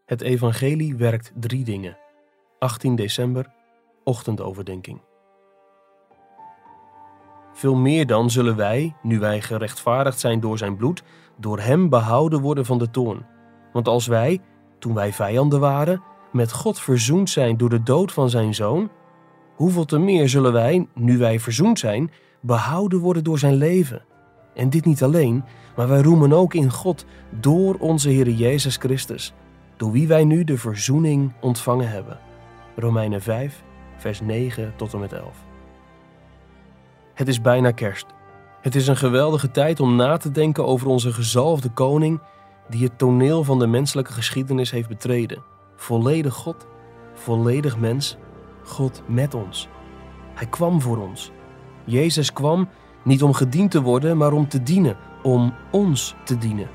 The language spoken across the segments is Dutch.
Het evangelie werkt 3 dingen. 18 december, ochtendoverdenking. Veel meer dan zullen wij, nu wij gerechtvaardigd zijn door zijn bloed, door hem behouden worden van de toorn. Want als wij, toen wij vijanden waren, met God verzoend zijn door de dood van zijn zoon, hoeveel te meer zullen wij, nu wij verzoend zijn, behouden worden door zijn leven. En dit niet alleen, maar wij roemen ook in God door onze Heer Jezus Christus, door wie wij nu de verzoening ontvangen hebben. Romeinen 5, vers 9 tot en met 11. Het is bijna kerst. Het is een geweldige tijd om na te denken over onze gezalfde koning die het toneel van de menselijke geschiedenis heeft betreden. Volledig God, volledig mens, God met ons. Hij kwam voor ons. Jezus kwam niet om gediend te worden, maar om te dienen, om ons te dienen.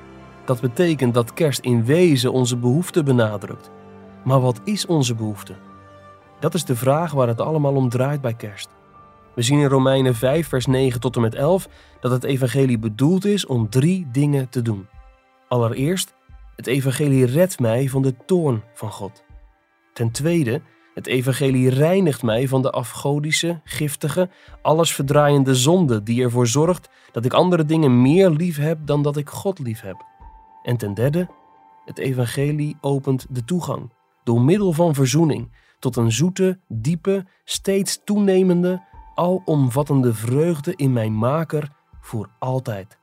Dat betekent dat kerst in wezen onze behoefte benadrukt. Maar wat is onze behoefte? Dat is de vraag waar het allemaal om draait bij kerst. We zien in Romeinen 5 vers 9 tot en met 11 dat het evangelie bedoeld is om 3 dingen te doen. Allereerst, het evangelie redt mij van de toorn van God. Ten tweede, het evangelie reinigt mij van de afgodische, giftige, allesverdraaiende zonde die ervoor zorgt dat ik andere dingen meer lief heb dan dat ik God lief heb. En ten derde, het evangelie opent de toegang, door middel van verzoening, tot een zoete, diepe, steeds toenemende, alomvattende vreugde in mijn maker voor altijd.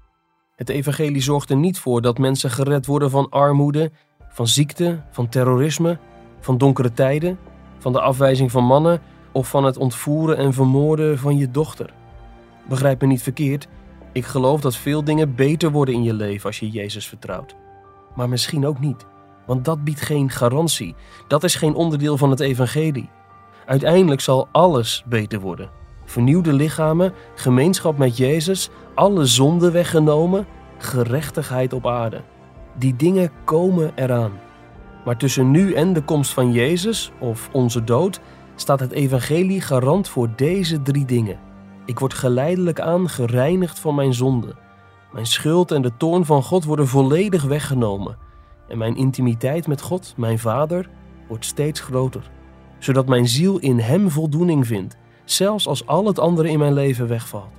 Het evangelie zorgt er niet voor dat mensen gered worden van armoede, van ziekte, van terrorisme, van donkere tijden, van de afwijzing van mannen of van het ontvoeren en vermoorden van je dochter. Begrijp me niet verkeerd, ik geloof dat veel dingen beter worden in je leven als je Jezus vertrouwt. Maar misschien ook niet, want dat biedt geen garantie. Dat is geen onderdeel van het evangelie. Uiteindelijk zal alles beter worden. Vernieuwde lichamen, gemeenschap met Jezus, alle zonden weggenomen, gerechtigheid op aarde. Die dingen komen eraan. Maar tussen nu en de komst van Jezus, of onze dood, staat het evangelie garant voor deze 3 dingen. Ik word geleidelijk aan gereinigd van mijn zonde. Mijn schuld en de toorn van God worden volledig weggenomen. En mijn intimiteit met God, mijn Vader, wordt steeds groter. Zodat mijn ziel in hem voldoening vindt, zelfs als al het andere in mijn leven wegvalt.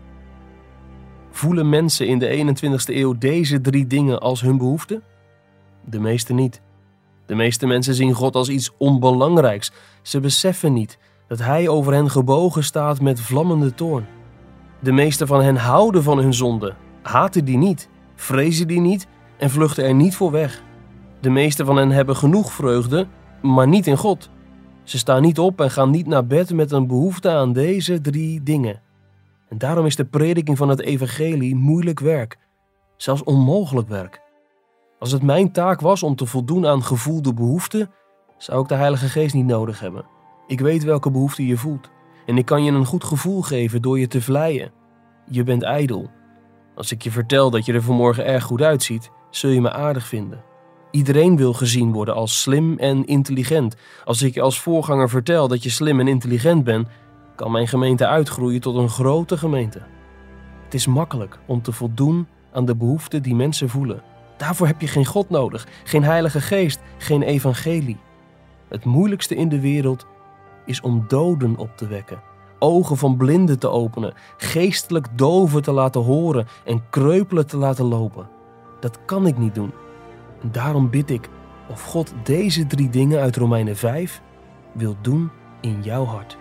Voelen mensen in de 21ste eeuw deze 3 dingen als hun behoefte? De meeste niet. De meeste mensen zien God als iets onbelangrijks. Ze beseffen niet dat hij over hen gebogen staat met vlammende toorn. De meeste van hen houden van hun zonde, haten die niet, vrezen die niet en vluchten er niet voor weg. De meeste van hen hebben genoeg vreugde, maar niet in God. Ze staan niet op en gaan niet naar bed met een behoefte aan deze 3 dingen. En daarom is de prediking van het evangelie moeilijk werk, zelfs onmogelijk werk. Als het mijn taak was om te voldoen aan gevoelde behoeften, zou ik de Heilige Geest niet nodig hebben. Ik weet welke behoefte je voelt en ik kan je een goed gevoel geven door je te vleien. Je bent ijdel. Als ik je vertel dat je er vanmorgen erg goed uitziet, zul je me aardig vinden. Iedereen wil gezien worden als slim en intelligent. Als ik je als voorganger vertel dat je slim en intelligent bent, kan mijn gemeente uitgroeien tot een grote gemeente. Het is makkelijk om te voldoen aan de behoeften die mensen voelen. Daarvoor heb je geen God nodig, geen Heilige Geest, geen evangelie. Het moeilijkste in de wereld is om doden op te wekken, ogen van blinden te openen, geestelijk doven te laten horen en kreupelen te laten lopen. Dat kan ik niet doen. En daarom bid ik of God deze 3 dingen uit Romeinen 5 wil doen in jouw hart.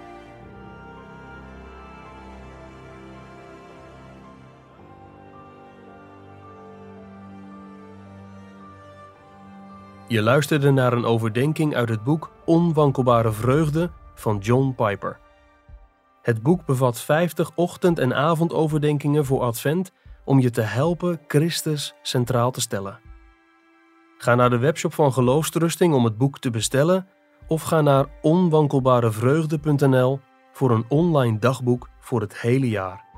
Je luisterde naar een overdenking uit het boek Onwankelbare Vreugde van John Piper. Het boek bevat 50 ochtend- en avondoverdenkingen voor Advent om je te helpen Christus centraal te stellen. Ga naar de webshop van Geloofsterusting om het boek te bestellen of ga naar onwankelbarevreugde.nl voor een online dagboek voor het hele jaar.